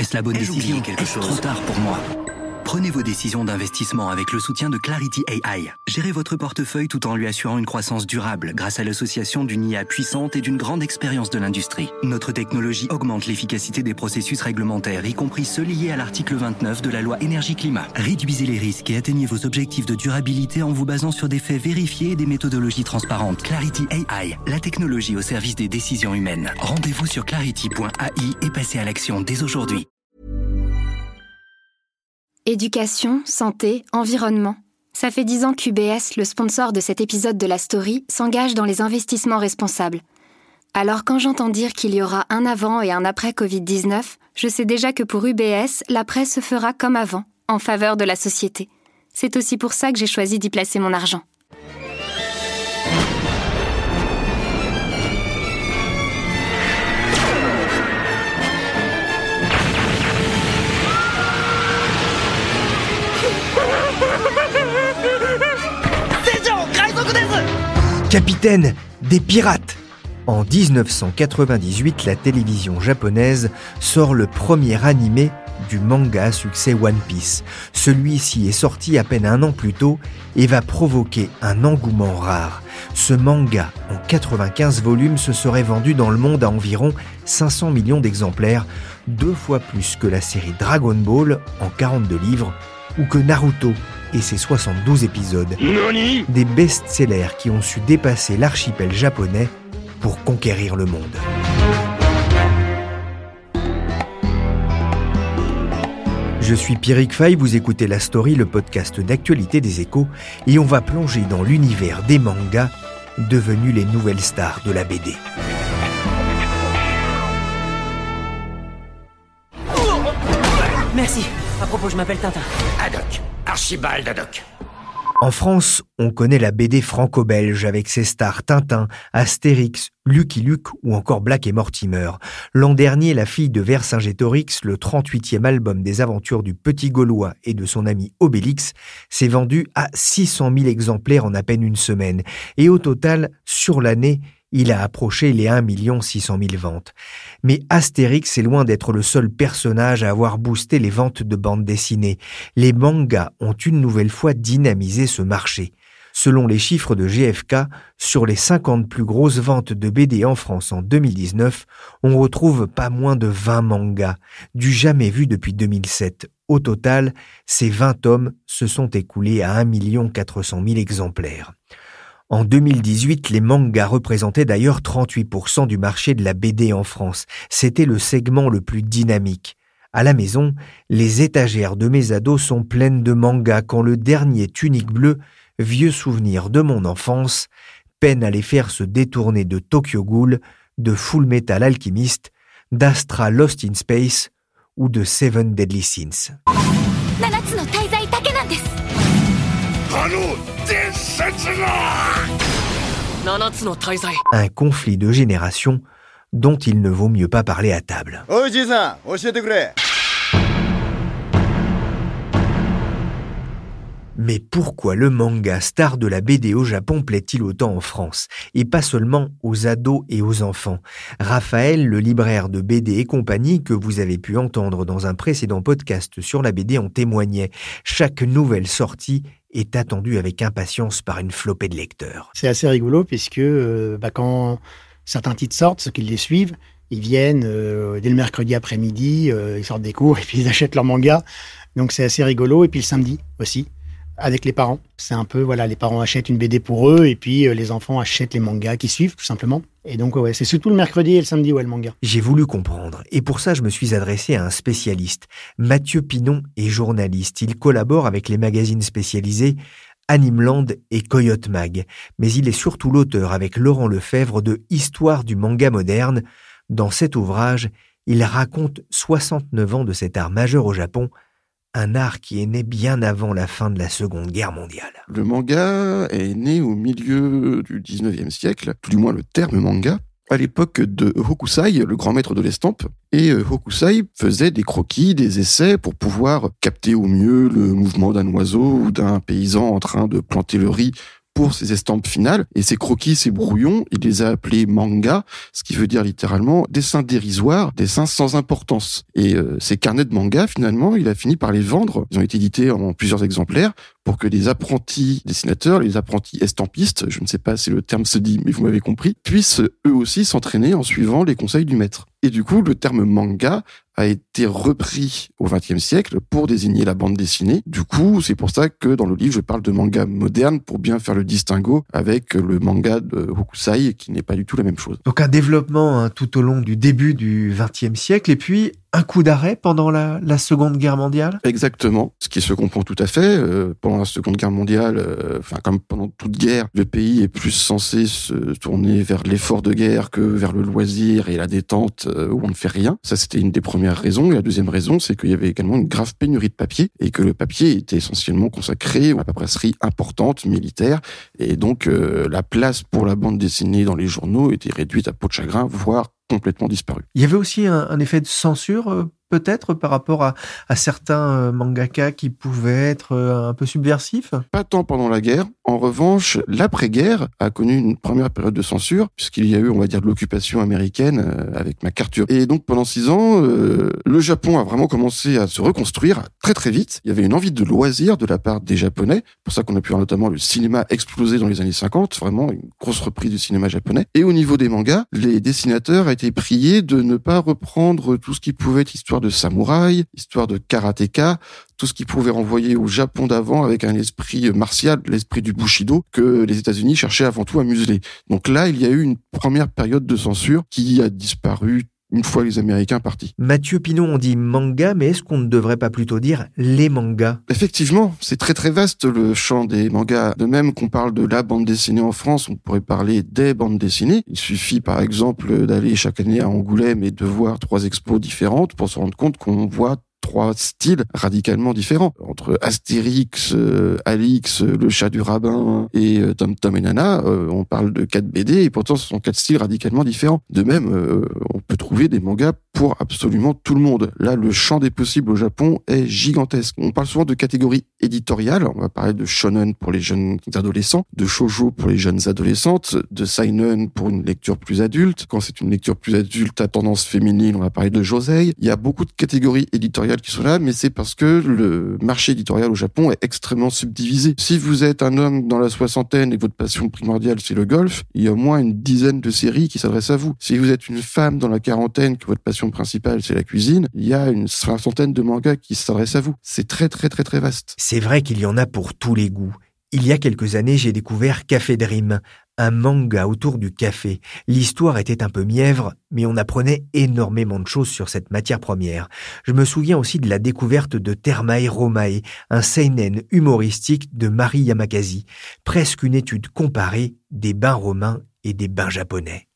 Est-ce la bonne décision? Est-ce trop tard pour moi? Prenez vos décisions d'investissement avec le soutien de Clarity AI. Gérez votre portefeuille tout en lui assurant une croissance durable grâce à l'association d'une IA puissante et d'une grande expérience de l'industrie. Notre technologie augmente l'efficacité des processus réglementaires, y compris ceux liés à l'article 29 de la loi Énergie-Climat. Réduisez les risques et atteignez vos objectifs de durabilité en vous basant sur des faits vérifiés et des méthodologies transparentes. Clarity AI, la technologie au service des décisions humaines. Rendez-vous sur clarity.ai et passez à l'action dès aujourd'hui. Éducation, santé, environnement. Ça fait 10 ans qu'UBS, le sponsor de cet épisode de la story, s'engage dans les investissements responsables. Alors quand j'entends dire qu'il y aura un avant et un après Covid-19, je sais déjà que pour UBS, l'après se fera comme avant, en faveur de la société. C'est aussi pour ça que j'ai choisi d'y placer mon argent. Capitaine, des pirates! En 1998, la télévision japonaise sort le premier animé du manga à succès One Piece. Celui-ci est sorti à peine un an plus tôt et va provoquer un engouement rare. Ce manga, en 95 volumes, se serait vendu dans le monde à environ 500 millions d'exemplaires, 2 fois plus que la série Dragon Ball en 42 livres, ou que Naruto et ses 72 épisodes. Nani ? Des best-sellers qui ont su dépasser l'archipel japonais pour conquérir le monde. Je suis Pierrick Fay, vous écoutez La Story, le podcast d'actualité des Échos, et on va plonger dans l'univers des mangas devenus les nouvelles stars de la BD. Merci. À propos, je m'appelle Tintin. Haddock. Archibald Haddock. En France, on connaît la BD franco-belge avec ses stars Tintin, Astérix, Lucky Luke ou encore Black et Mortimer. L'an dernier, La fille de Vercingétorix, le 38e album des aventures du petit Gaulois et de son ami Obélix, s'est vendu à 600 000 exemplaires en à peine une semaine. Et au total, sur l'année, il a approché les 1 600 000 ventes. Mais Astérix est loin d'être le seul personnage à avoir boosté les ventes de bandes dessinées. Les mangas ont une nouvelle fois dynamisé ce marché. Selon les chiffres de GfK, sur les 50 plus grosses ventes de BD en France en 2019, on retrouve pas moins de 20 mangas, du jamais vu depuis 2007. Au total, ces 20 tomes se sont écoulés à 1 400 000 exemplaires. En 2018, les mangas représentaient d'ailleurs 38% du marché de la BD en France. C'était le segment le plus dynamique. À la maison, les étagères de mes ados sont pleines de mangas quand le dernier Tunique Bleue, vieux souvenir de mon enfance, peine à les faire se détourner de Tokyo Ghoul, de Full Metal Alchemist, d'Astra Lost in Space ou de Seven Deadly Sins. Un conflit de génération dont il ne vaut mieux pas parler à table. Mais pourquoi le manga star de la BD au Japon plaît-il autant en France? Et pas seulement aux ados et aux enfants. Raphaël, le libraire de BD et compagnie que vous avez pu entendre dans un précédent podcast sur la BD en témoignait. Chaque nouvelle sortie est attendue avec impatience par une flopée de lecteurs. C'est assez rigolo puisque quand certains titres sortent, ceux qui les suivent, ils viennent dès le mercredi après-midi, ils sortent des cours et puis ils achètent leur manga. Donc c'est assez rigolo. Et puis le samedi aussi, avec les parents. C'est un peu, les parents achètent une BD pour eux et puis les enfants achètent les mangas qui suivent, tout simplement. Et donc, c'est surtout le mercredi et le samedi, le manga. J'ai voulu comprendre. Et pour ça, je me suis adressé à un spécialiste. Mathieu Pinon est journaliste. Il collabore avec les magazines spécialisés Animeland et Coyote Mag. Mais il est surtout l'auteur, avec Laurent Lefebvre, de Histoire du manga moderne. Dans cet ouvrage, il raconte 69 ans de cet art majeur au Japon, un art qui est né bien avant la fin de la Seconde Guerre mondiale. Le manga est né au milieu du 19e siècle, tout du moins le terme manga, à l'époque de Hokusai, le grand maître de l'estampe. Et Hokusai faisait des croquis, des essais pour pouvoir capter au mieux le mouvement d'un oiseau ou d'un paysan en train de planter le riz pour ses estampes finales. Et ces croquis, ces brouillons, il les a appelés manga, ce qui veut dire littéralement dessins dérisoires, dessins sans importance. Et ces carnets de manga, finalement, il a fini par les vendre. Ils ont été édités en plusieurs exemplaires pour que les apprentis dessinateurs, les apprentis estampistes, je ne sais pas si le terme se dit, mais vous m'avez compris, puissent eux aussi s'entraîner en suivant les conseils du maître. Et du coup, le terme manga a été repris au XXe siècle pour désigner la bande dessinée. Du coup, c'est pour ça que dans le livre, je parle de manga moderne pour bien faire le distinguo avec le manga de Hokusai, qui n'est pas du tout la même chose. Donc un développement tout au long du début du XXe siècle, et puis un coup d'arrêt pendant la Seconde Guerre mondiale. Exactement, ce qui se comprend tout à fait. Pendant la Seconde Guerre mondiale, comme pendant toute guerre, le pays est plus censé se tourner vers l'effort de guerre que vers le loisir et la détente où on ne fait rien. Ça, c'était une des premières raisons. Et la deuxième raison, c'est qu'il y avait également une grave pénurie de papier et que le papier était essentiellement consacré à la paperasserie importante, militaire. Et donc, la place pour la bande dessinée dans les journaux était réduite à peau de chagrin, voire complètement disparu. Il y avait aussi un effet de censure, peut-être, par rapport à certains mangaka qui pouvaient être un peu subversifs? Pas tant pendant la guerre. En revanche, l'après-guerre a connu une première période de censure, puisqu'il y a eu, on va dire, de l'occupation américaine avec MacArthur. Et donc, pendant 6 ans, le Japon a vraiment commencé à se reconstruire très très vite. Il y avait une envie de loisir de la part des Japonais. C'est pour ça qu'on a pu voir notamment le cinéma exploser dans les années 50, vraiment une grosse reprise du cinéma japonais. Et au niveau des mangas, les dessinateurs été priés de ne pas reprendre tout ce qui pouvait être histoire de samouraï, histoire de karatéka, tout ce qui pouvait renvoyer au Japon d'avant avec un esprit martial, l'esprit du Bushido, que les États-Unis cherchaient avant tout à museler. Donc là, il y a eu une première période de censure qui a disparu une fois les Américains partis. Mathieu Pinon, on dit manga, mais est-ce qu'on ne devrait pas plutôt dire les mangas? Effectivement, c'est très très vaste le champ des mangas. De même qu'on parle de la bande dessinée en France, on pourrait parler des bandes dessinées. Il suffit par exemple d'aller chaque année à Angoulême et de voir 3 expos différentes pour se rendre compte qu'on voit 3 styles radicalement différents. Entre Astérix, Alix, le chat du rabbin et Tom Tom et Nana, on parle de 4 BD et pourtant ce sont 4 styles radicalement différents. De même, on peut trouver des mangas pour absolument tout le monde. Là, le champ des possibles au Japon est gigantesque. On parle souvent de catégories éditoriales. On va parler de shonen pour les jeunes adolescents, de shoujo pour les jeunes adolescentes, de seinen pour une lecture plus adulte. Quand c'est une lecture plus adulte à tendance féminine, on va parler de josei. Il y a beaucoup de catégories éditoriales qui sont là, mais c'est parce que le marché éditorial au Japon est extrêmement subdivisé. Si vous êtes un homme dans la soixantaine et que votre passion primordiale c'est le golf, il y a au moins une dizaine de séries qui s'adressent à vous. Si vous êtes une femme dans la quarantaine, que votre passion principale c'est la cuisine, il y a une 60aine de mangas qui s'adressent à vous. C'est très très très très vaste. C'est vrai qu'il y en a pour tous les goûts. Il y a quelques années, j'ai découvert Café Dream, un manga autour du café. L'histoire était un peu mièvre, mais on apprenait énormément de choses sur cette matière première. Je me souviens aussi de la découverte de Termae Romae, un seinen humoristique de Mari Yamakasi, presque une étude comparée des bains romains et des bains japonais.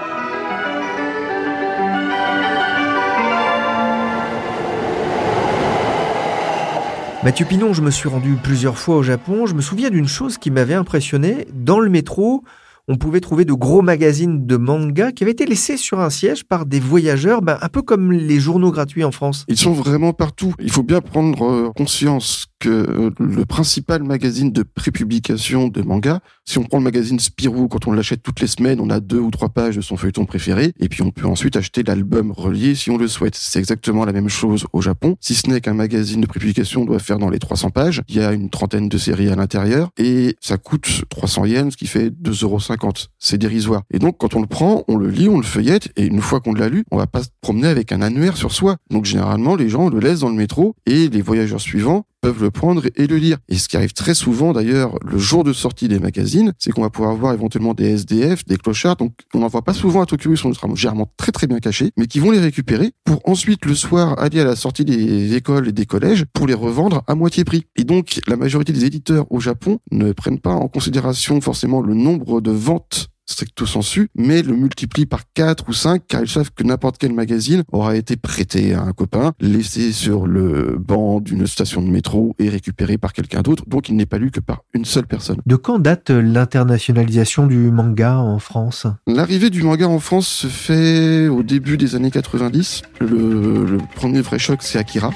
Mathieu Pinon, je me suis rendu plusieurs fois au Japon. Je me souviens d'une chose qui m'avait impressionné. Dans le métro, on pouvait trouver de gros magazines de manga qui avaient été laissés sur un siège par des voyageurs, un peu comme les journaux gratuits en France. Ils sont vraiment partout. Il faut bien prendre conscience que le principal magazine de prépublication de manga, si on prend le magazine Spirou, quand on l'achète toutes les semaines, on a 2 ou 3 pages de son feuilleton préféré, et puis on peut ensuite acheter l'album relié si on le souhaite. C'est exactement la même chose au Japon, si ce n'est qu'un magazine de prépublication doit faire dans les 300 pages, il y a une trentaine de séries à l'intérieur, et ça coûte 300 yens, ce qui fait 2,50 €. C'est dérisoire. Et donc, quand on le prend, on le lit, on le feuillette, et une fois qu'on l'a lu, on va pas se promener avec un annuaire sur soi. Donc, généralement, les gens le laissent dans le métro, et les voyageurs suivants peuvent le prendre et le lire. Et ce qui arrive très souvent, d'ailleurs, le jour de sortie des magazines, c'est qu'on va pouvoir voir éventuellement des SDF, des clochards, donc on n'en voit pas souvent à Tokyo, ils sont généralement très très bien cachés, mais qui vont les récupérer pour ensuite, le soir, aller à la sortie des écoles et des collèges pour les revendre à moitié prix. Et donc, la majorité des éditeurs au Japon ne prennent pas en considération forcément le nombre de ventes stricto sensu, mais le multiplie par 4 ou 5, car ils savent que n'importe quel magazine aura été prêté à un copain, laissé sur le banc d'une station de métro et récupéré par quelqu'un d'autre, donc il n'est pas lu que par une seule personne. De quand date l'internationalisation du manga en France ? L'arrivée du manga en France se fait au début des années 90. Le premier vrai choc, c'est Akira.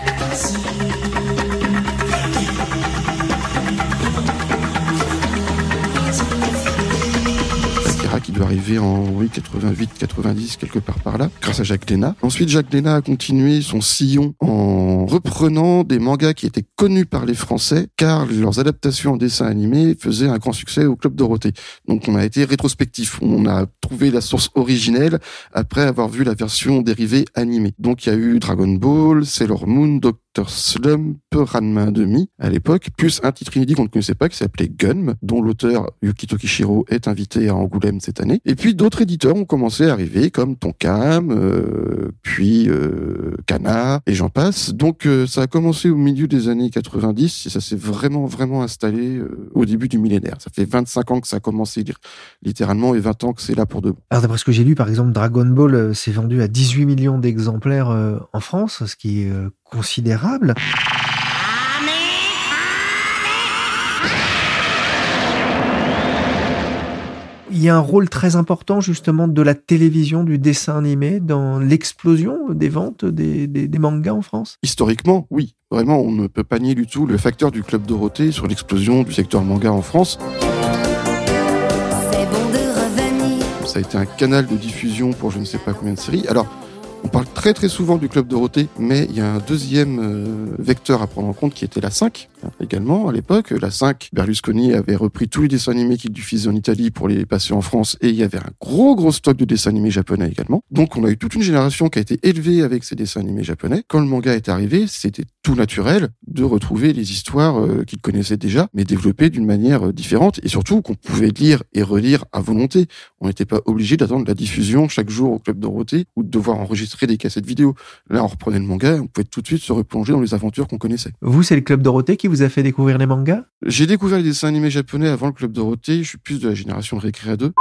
doit arriver en 88, 90, quelque part par là, grâce à Jacques Léna. Ensuite, Jacques Léna a continué son sillon en reprenant des mangas qui étaient connus par les Français, car leurs adaptations en dessin animé faisaient un grand succès au Club Dorothée. Donc on a été rétrospectif, on a trouvé la source originelle après avoir vu la version dérivée animée. Donc il y a eu Dragon Ball, Sailor Moon, Dr. Slump, Ranma 1/2 à l'époque, plus un titre inédit qu'on ne connaissait pas qui s'appelait Gun, dont l'auteur Yuki Tokishiro est invité à Angoulême cette année. Et puis d'autres éditeurs ont commencé à arriver comme Tonkam, puis Kana et j'en passe. Donc ça a commencé au milieu des années 90 et ça s'est vraiment installé au début du millénaire. Ça fait 25 ans que ça a commencé littéralement et 20 ans que c'est là pour de bon. Alors d'après ce que j'ai lu, par exemple, Dragon Ball s'est vendu à 18 millions d'exemplaires en France, ce qui est considérable. Il y a un rôle très important justement de la télévision, du dessin animé dans l'explosion des ventes des mangas en France. Historiquement, oui. Vraiment, on ne peut pas nier du tout le facteur du Club Dorothée sur l'explosion du secteur manga en France. C'est bon de revenir. Ça a été un canal de diffusion pour je ne sais pas combien de séries. Alors, on parle très souvent du Club Dorothée, mais il y a un deuxième vecteur à prendre en compte qui était la 5, également à l'époque. La 5, Berlusconi avait repris tous les dessins animés qu'il diffusait en Italie pour les passer en France, et il y avait un gros stock de dessins animés japonais également. Donc on a eu toute une génération qui a été élevée avec ces dessins animés japonais. Quand le manga est arrivé, c'était tout naturel de retrouver les histoires qu'ils connaissaient déjà, mais développées d'une manière différente, et surtout qu'on pouvait lire et relire à volonté. On n'était pas obligé d'attendre la diffusion chaque jour au Club Dorothée, ou de devoir enregistrer des cassettes vidéo. Là, on reprenait le manga, on pouvait tout de suite se replonger dans les aventures qu'on connaissait. Vous, c'est le Club Dorothée qui vous a fait découvrir les mangas ? J'ai découvert les dessins animés japonais avant le Club Dorothée, je suis plus de la génération de Récréa 2.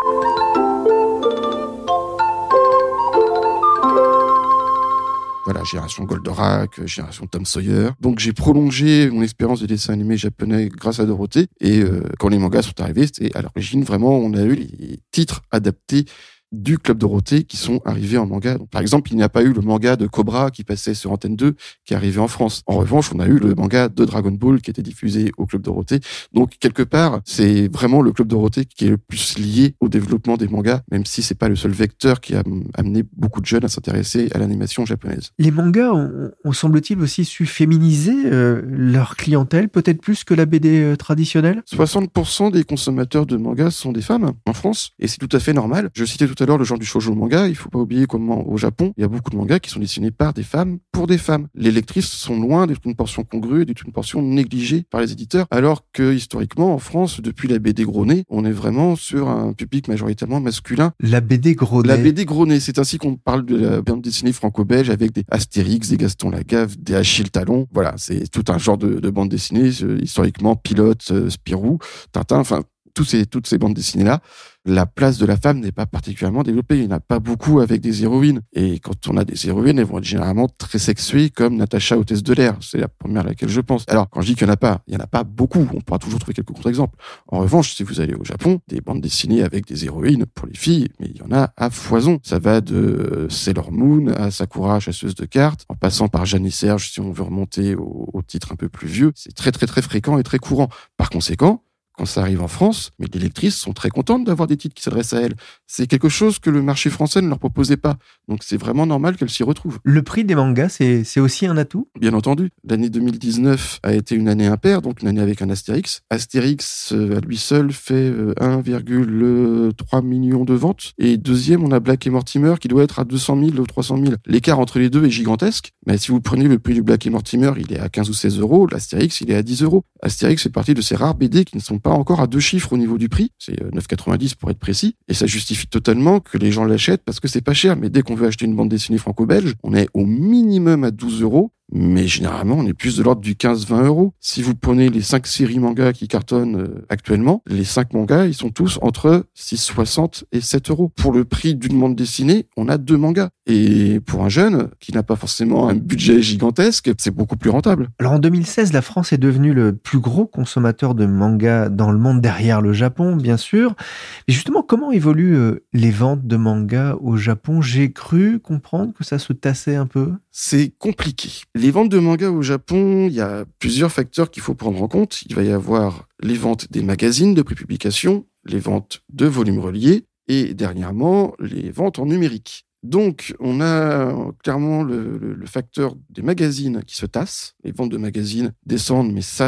Voilà, génération Goldorak, génération Tom Sawyer. Donc j'ai prolongé mon expérience de dessin animé japonais grâce à Dorothée. Et quand les mangas sont arrivés, c'était à l'origine vraiment, on a eu les titres adaptés du Club Dorothée qui sont arrivés en manga. Donc, par exemple, il n'y a pas eu le manga de Cobra qui passait sur Antenne 2 qui est arrivé en France. En revanche, on a eu le manga de Dragon Ball qui était diffusé au Club Dorothée. Donc, quelque part, c'est vraiment le Club Dorothée qui est le plus lié au développement des mangas, même si c'est pas le seul vecteur qui a amené beaucoup de jeunes à s'intéresser à l'animation japonaise. Les mangas ont semble-t-il aussi su féminiser leur clientèle, peut-être plus que la BD traditionnelle. 60% des consommateurs de mangas sont des femmes en France, et c'est tout à fait normal. Je citais tout à l'heure le genre du shoujo manga, il faut pas oublier comment au Japon, il y a beaucoup de mangas qui sont dessinés par des femmes pour des femmes. Les lectrices sont loin d'être une portion congrue, d'être une portion négligée par les éditeurs, alors que historiquement en France, depuis la BD gros nez, on est vraiment sur un public majoritairement masculin. La BD gros nez. La BD gros nez, c'est ainsi qu'on parle de la bande dessinée franco-belge avec des Astérix, des Gaston Lagaffe, des Achille Talon. Voilà, c'est tout un genre de bande dessinée, historiquement Pilote, Spirou, Tintin, enfin toutes ces bandes dessinées-là. La place de la femme n'est pas particulièrement développée. Il n'y en a pas beaucoup avec des héroïnes. Et quand on a des héroïnes, elles vont être généralement très sexuées, comme Natacha, hôtesse de l'air. C'est la première à laquelle je pense. Alors, quand je dis qu'il n'y en a pas beaucoup. On pourra toujours trouver quelques contre-exemples. En revanche, si vous allez au Japon, des bandes dessinées avec des héroïnes pour les filles, mais il y en a à foison. Ça va de Sailor Moon à Sakura, chasseuse de cartes, en passant par Jeanne et Serge, si on veut remonter au titre un peu plus vieux. C'est très fréquent et très courant. Par conséquent, quand ça arrive en France, mais les lectrices sont très contentes d'avoir des titres qui s'adressent à elles. C'est quelque chose que le marché français ne leur proposait pas. Donc c'est vraiment normal qu'elles s'y retrouvent. Le prix des mangas, c'est aussi un atout ? Bien entendu. L'année 2019 a été une année impaire, donc une année avec un Astérix. Astérix, à lui seul, fait 1,3 million de ventes. Et deuxième, on a Black et Mortimer qui doit être à 200 000 ou 300 000. L'écart entre les deux est gigantesque. Mais si vous prenez le prix du Black et Mortimer, il est à 15 ou 16 euros. L'Astérix, il est à 10 euros. Astérix fait partie de ces rares BD qui ne sont pas encore à 2 chiffres au niveau du prix. C'est 9,90 pour être précis. Et ça justifie totalement que les gens l'achètent parce que c'est pas cher. Mais dès qu'on veut acheter une bande dessinée franco-belge, on est au minimum à 12 euros. Mais généralement, on est plus de l'ordre du 15-20 euros. Si vous prenez les 5 séries mangas qui cartonnent actuellement, les 5 mangas, ils sont tous entre 6,60 et 7 euros. Pour le prix d'une bande dessinée, on a 2 mangas. Et pour un jeune qui n'a pas forcément un budget gigantesque, c'est beaucoup plus rentable. Alors en 2016, la France est devenue le plus gros consommateur de mangas dans le monde, derrière le Japon, bien sûr. Mais justement, comment évoluent les ventes de mangas au Japon ? J'ai cru comprendre que ça se tassait un peu. C'est compliqué. Les ventes de mangas au Japon, il y a plusieurs facteurs qu'il faut prendre en compte. Il va y avoir les ventes des magazines de prépublication, les ventes de volumes reliés et dernièrement, les ventes en numérique. Donc, on a clairement le facteur des magazines qui se tassent. Les ventes de magazines descendent, mais ça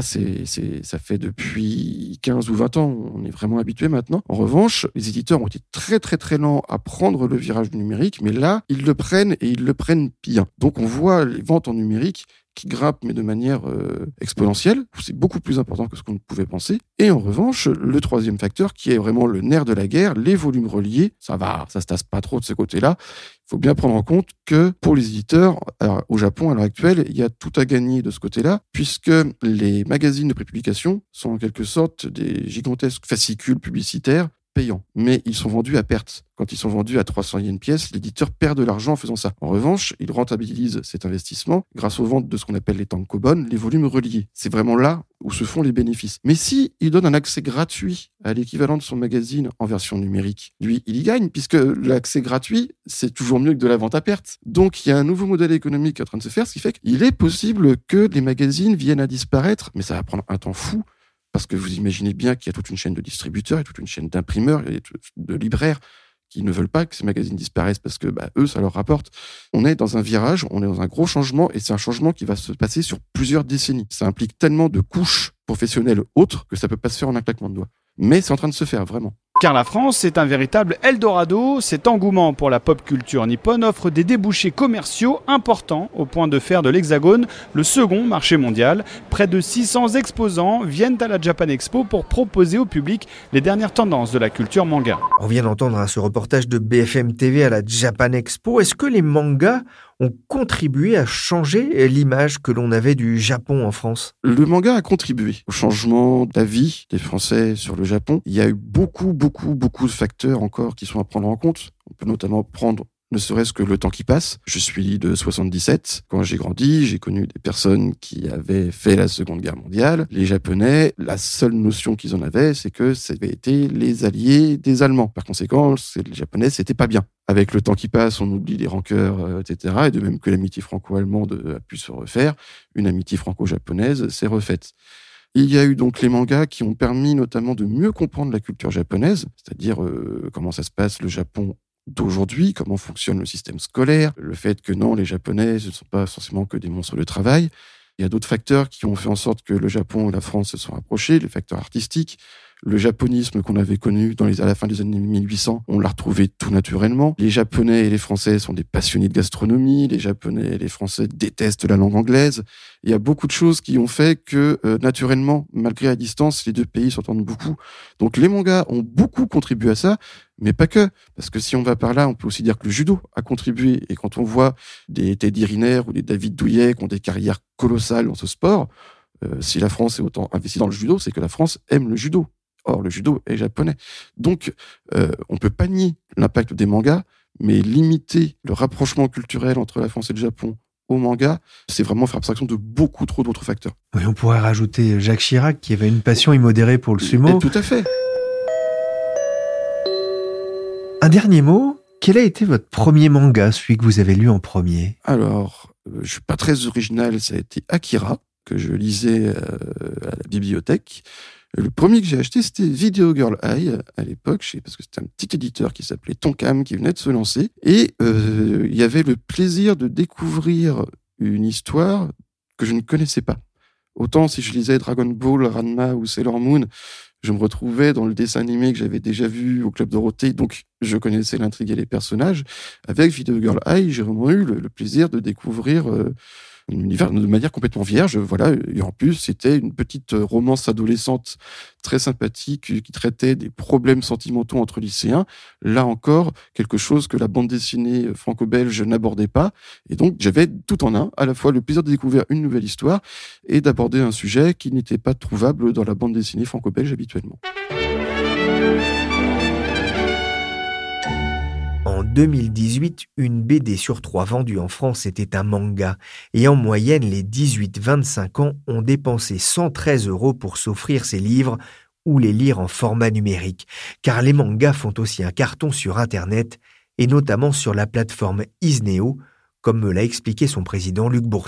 fait depuis 15 ou 20 ans. On est vraiment habitué maintenant. En revanche, les éditeurs ont été très, très, très lents à prendre le virage du numérique, mais là, ils le prennent et ils le prennent bien. Donc, on voit les ventes en numérique qui grimpent, mais de manière exponentielle. C'est beaucoup plus important que ce qu'on pouvait penser. Et en revanche, le troisième facteur, qui est vraiment le nerf de la guerre, les volumes reliés, ça se tasse pas trop de ce côté-là. Il faut bien prendre en compte que pour les éditeurs, au Japon, à l'heure actuelle, il y a tout à gagner de ce côté-là, puisque les magazines de prépublication sont en quelque sorte des gigantesques fascicules publicitaires payants. Mais ils sont vendus à perte. Quand ils sont vendus à 300 yens pièce, l'éditeur perd de l'argent en faisant ça. En revanche, il rentabilise cet investissement grâce aux ventes de ce qu'on appelle les tankobon, les volumes reliés. C'est vraiment là où se font les bénéfices. Mais si il donne un accès gratuit à l'équivalent de son magazine en version numérique, lui, il y gagne, puisque l'accès gratuit, c'est toujours mieux que de la vente à perte. Donc, il y a un nouveau modèle économique en train de se faire, ce qui fait qu'il est possible que les magazines viennent à disparaître, mais ça va prendre un temps fou. Parce que vous imaginez bien qu'il y a toute une chaîne de distributeurs, il y a toute une chaîne d'imprimeurs, il y a de libraires qui ne veulent pas que ces magazines disparaissent parce que eux, ça leur rapporte. On est dans un virage, on est dans un gros changement et c'est un changement qui va se passer sur plusieurs décennies. Ça implique tellement de couches professionnelles autres que ça peut pas se faire en un claquement de doigts. Mais c'est en train de se faire, vraiment. Car la France est un véritable Eldorado. Cet engouement pour la pop culture nippone offre des débouchés commerciaux importants au point de faire de l'Hexagone le second marché mondial. Près de 600 exposants viennent à la Japan Expo pour proposer au public les dernières tendances de la culture manga. On vient d'entendre ce reportage de BFM TV à la Japan Expo. Est-ce que les mangas ont contribué à changer l'image que l'on avait du Japon en France? Le manga a contribué au changement d'avis des Français sur le Japon. Il y a eu beaucoup de facteurs encore qui sont à prendre en compte. On peut notamment prendre ne serait-ce que le temps qui passe. Je suis de 77. Quand j'ai grandi, j'ai connu des personnes qui avaient fait la Seconde Guerre mondiale. Les Japonais, la seule notion qu'ils en avaient, c'est que ça avait été les alliés des Allemands. Par conséquent, les Japonais, c'était pas bien. Avec le temps qui passe, on oublie les rancœurs, etc. Et de même que l'amitié franco-allemande a pu se refaire, une amitié franco-japonaise s'est refaite. Il y a eu donc les mangas qui ont permis notamment de mieux comprendre la culture japonaise, c'est-à-dire comment ça se passe le Japon d'aujourd'hui, comment fonctionne le système scolaire, le fait que non, les Japonais, ce ne sont pas forcément que des monstres de travail. Il y a d'autres facteurs qui ont fait en sorte que le Japon et la France se sont rapprochés, les facteurs artistiques. Le japonisme qu'on avait connu à la fin des années 1800, on l'a retrouvé tout naturellement. Les Japonais et les Français sont des passionnés de gastronomie. Les Japonais et les Français détestent la langue anglaise. Il y a beaucoup de choses qui ont fait que, naturellement, malgré la distance, les deux pays s'entendent beaucoup. Donc les mangas ont beaucoup contribué à ça, mais pas que. Parce que si on va par là, on peut aussi dire que le judo a contribué. Et quand on voit des Teddy Riner ou des David Douillet qui ont des carrières colossales dans ce sport, si la France est autant investie dans le judo, c'est que la France aime le judo. Or, le judo est japonais. Donc, on peut pas nier l'impact des mangas, mais limiter le rapprochement culturel entre la France et le Japon au manga, c'est vraiment faire abstraction de beaucoup trop d'autres facteurs. Oui, on pourrait rajouter Jacques Chirac, qui avait une passion immodérée pour le sumo. Et tout à fait. Un dernier mot, quel a été votre premier manga, celui que vous avez lu en premier? Alors, je suis pas très original, ça a été Akira, que je lisais à la bibliothèque. Le premier que j'ai acheté, c'était Video Girl Eye, à l'époque, parce que c'était un petit éditeur qui s'appelait Tonkam, qui venait de se lancer. Et il y avait le plaisir de découvrir une histoire que je ne connaissais pas. Autant si je lisais Dragon Ball, Ranma ou Sailor Moon, je me retrouvais dans le dessin animé que j'avais déjà vu au Club Dorothée, donc je connaissais l'intrigue et les personnages. Avec Video Girl Eye, j'ai vraiment eu le plaisir de découvrir un univers de manière complètement vierge, voilà. Et en plus, c'était une petite romance adolescente très sympathique qui traitait des problèmes sentimentaux entre lycéens. Là encore, quelque chose que la bande dessinée franco-belge n'abordait pas. Et donc, j'avais tout en un, à la fois le plaisir de découvrir une nouvelle histoire et d'aborder un sujet qui n'était pas trouvable dans la bande dessinée franco-belge habituellement. En 2018, une BD sur 3 vendue en France était un manga. Et en moyenne, les 18-25 ans ont dépensé 113 € pour s'offrir ces livres ou les lire en format numérique. Car les mangas font aussi un carton sur Internet, et notamment sur la plateforme Isneo, comme me l'a expliqué son président Luc Boursier.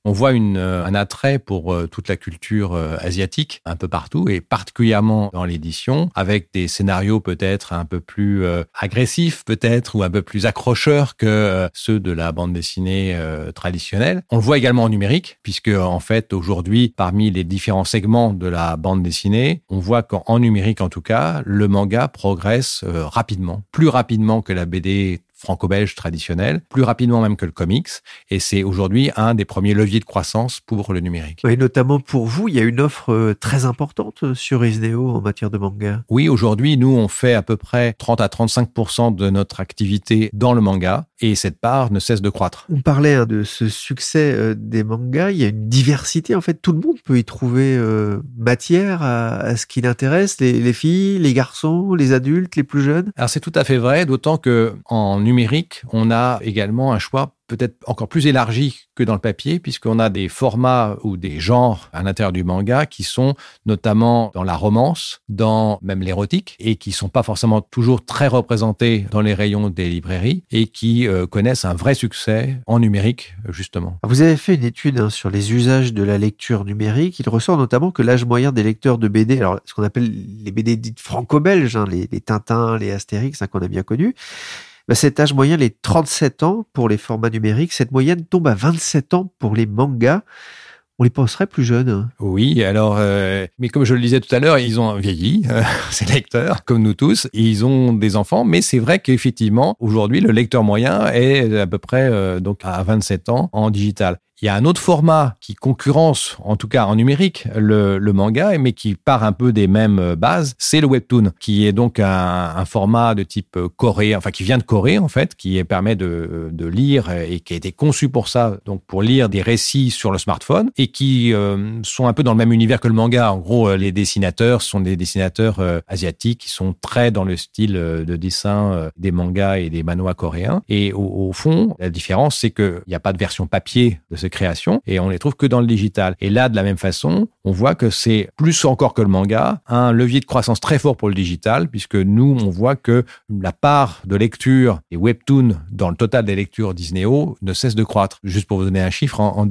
On voit un attrait pour toute la culture asiatique un peu partout et particulièrement dans l'édition, avec des scénarios peut-être un peu plus agressifs peut-être ou un peu plus accrocheurs que ceux de la bande dessinée traditionnelle. On le voit également en numérique, puisque en fait aujourd'hui, parmi les différents segments de la bande dessinée, on voit qu'en numérique en tout cas, le manga progresse rapidement, plus rapidement que la BD franco-belge traditionnelle, plus rapidement même que le comics, et c'est aujourd'hui un des premiers leviers de croissance pour le numérique. Et notamment pour vous, il y a une offre très importante sur Isneo en matière de manga. Oui, aujourd'hui, nous, on fait à peu près 30 à 35% de notre activité dans le manga, et cette part ne cesse de croître. On parlait de ce succès des mangas, il y a une diversité, en fait, tout le monde peut y trouver matière à ce qui l'intéresse, les filles, les garçons, les adultes, les plus jeunes. Alors c'est tout à fait vrai, d'autant que en numérique, on a également un choix peut-être encore plus élargi que dans le papier, puisqu'on a des formats ou des genres à l'intérieur du manga qui sont notamment dans la romance, dans même l'érotique, et qui sont pas forcément toujours très représentés dans les rayons des librairies, et qui connaissent un vrai succès en numérique, justement. Vous avez fait une étude sur les usages de la lecture numérique. Il ressort notamment que l'âge moyen des lecteurs de BD, alors ce qu'on appelle les BD dites franco-belges, les Tintins, les Astérix, qu'on a bien connus, cet âge moyen, les 37 ans pour les formats numériques, cette moyenne tombe à 27 ans pour les mangas. On les penserait plus jeunes. Oui, alors, mais comme je le disais tout à l'heure, ils ont vieilli, ces lecteurs, comme nous tous, et ils ont des enfants, mais c'est vrai qu'effectivement, aujourd'hui, le lecteur moyen est à peu près donc à 27 ans en digital. Il y a un autre format qui concurrence, en tout cas en numérique, le manga, mais qui part un peu des mêmes bases, c'est le webtoon, qui est donc un format de type coréen, enfin qui vient de Corée en fait, qui permet de lire et qui a été conçu pour ça, donc pour lire des récits sur le smartphone et qui sont un peu dans le même univers que le manga. En gros, les dessinateurs sont des dessinateurs asiatiques qui sont très dans le style de dessin des mangas et des manhwas coréens. Et au fond, la différence, c'est qu'il n'y a pas de version papier de ces créations et on les trouve que dans le digital. Et là, de la même façon, on voit que c'est plus encore que le manga, un levier de croissance très fort pour le digital, puisque nous, on voit que la part de lecture des webtoons dans le total des lectures d'Isneo ne cesse de croître. Juste pour vous donner un chiffre, en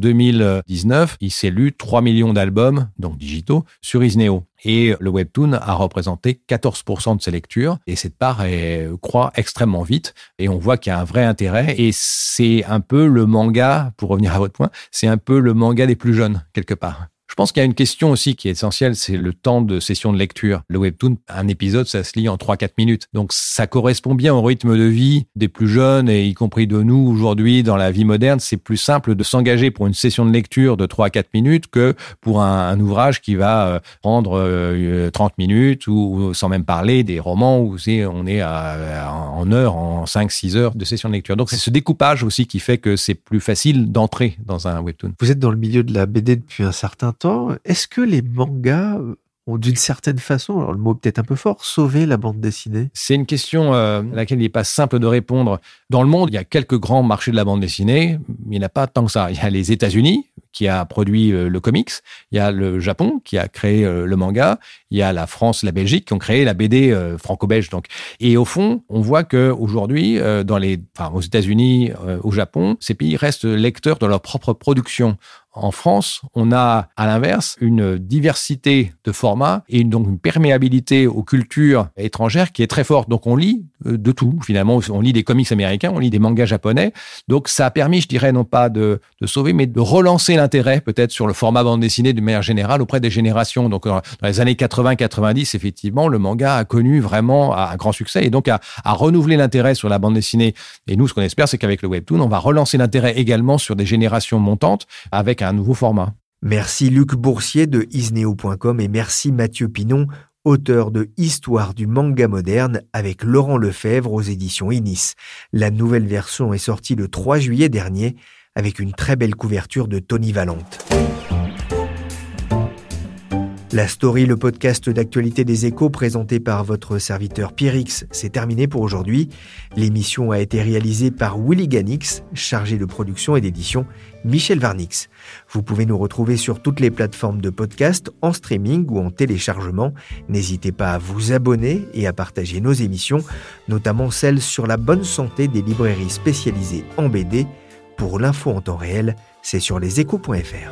2019, il s'est lu 3 millions d'albums, donc digitaux, sur Isneo. Et le webtoon a représenté 14% de ces lectures. Et cette part croît extrêmement vite. Et on voit qu'il y a un vrai intérêt. Et c'est un peu le manga, pour revenir à votre point, c'est un peu le manga des plus jeunes, quelque part. Je pense qu'il y a une question aussi qui est essentielle, c'est le temps de session de lecture. Le webtoon, un épisode, ça se lit en 3-4 minutes. Donc, ça correspond bien au rythme de vie des plus jeunes, et y compris de nous aujourd'hui, dans la vie moderne. C'est plus simple de s'engager pour une session de lecture de 3-4 minutes que pour un ouvrage qui va prendre 30 minutes, ou sans même parler des romans où on est en heures, en 5-6 heures de session de lecture. Donc, c'est ce découpage aussi qui fait que c'est plus facile d'entrer dans un webtoon. Vous êtes dans le milieu de la BD depuis un certain temps. Est-ce que les mangas ont d'une certaine façon, alors le mot peut-être un peu fort, sauvé la bande dessinée ? C'est une question à laquelle il n'est pas simple de répondre. Dans le monde, il y a quelques grands marchés de la bande dessinée, mais il n'y en a pas tant que ça. Il y a les États-Unis qui a produit le comics, il y a le Japon qui a créé le manga, il y a la France, la Belgique qui ont créé la BD franco-belge. Donc, et au fond, on voit que aujourd'hui, aux États-Unis, au Japon, ces pays restent lecteurs de leur propre production. En France, on a, à l'inverse, une diversité de formats et donc une perméabilité aux cultures étrangères qui est très forte. Donc, on lit de tout, finalement. On lit des comics américains, on lit des mangas japonais. Donc, ça a permis, je dirais, non pas de sauver, mais de relancer l'intérêt, peut-être, sur le format bande dessinée de manière générale auprès des générations. Donc, dans les années 80-90, effectivement, le manga a connu vraiment un grand succès et donc a renouvelé l'intérêt sur la bande dessinée. Et nous, ce qu'on espère, c'est qu'avec le webtoon, on va relancer l'intérêt également sur des générations montantes avec un nouveau format. Merci Luc Boursier de Isneo.com et merci Mathieu Pinon, auteur de Histoire du manga moderne avec Laurent Lefebvre aux éditions Inis. La nouvelle version est sortie le 3 juillet dernier avec une très belle couverture de Tony Valente. La Story, le podcast d'actualité des Échos présenté par votre serviteur Pierrix, c'est terminé pour aujourd'hui. L'émission a été réalisée par Willy Ganix, chargé de production et d'édition Michel Varnix. Vous pouvez nous retrouver sur toutes les plateformes de podcast, en streaming ou en téléchargement. N'hésitez pas à vous abonner et à partager nos émissions, notamment celles sur la bonne santé des librairies spécialisées en BD. Pour l'info en temps réel, c'est sur leséchos.fr.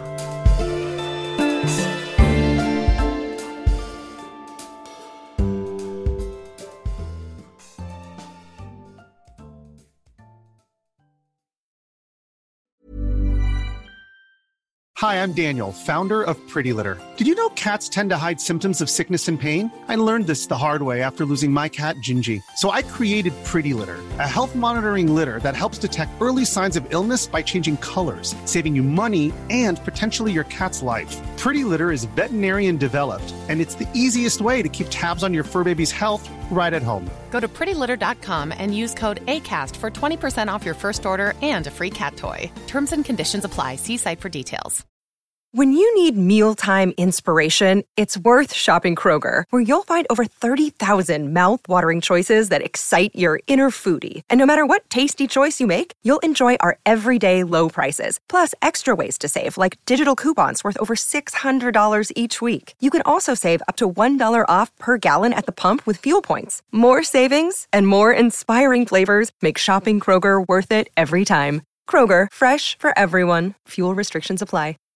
Hi, I'm Daniel, founder of Pretty Litter. Did you know cats tend to hide symptoms of sickness and pain? I learned this the hard way after losing my cat, Gingy. So I created Pretty Litter, a health monitoring litter that helps detect early signs of illness by changing colors, saving you money and potentially your cat's life. Pretty Litter is veterinarian developed, and it's the easiest way to keep tabs on your fur baby's health right at home. Go to prettylitter.com and use code ACAST for 20% off your first order and a free cat toy. Terms and conditions apply. See site for details. When you need mealtime inspiration, it's worth shopping Kroger, where you'll find over 30,000 mouth-watering choices that excite your inner foodie. And no matter what tasty choice you make, you'll enjoy our everyday low prices, plus extra ways to save, like digital coupons worth over $600 each week. You can also save up to $1 off per gallon at the pump with fuel points. More savings and more inspiring flavors make shopping Kroger worth it every time. Kroger, fresh for everyone. Fuel restrictions apply.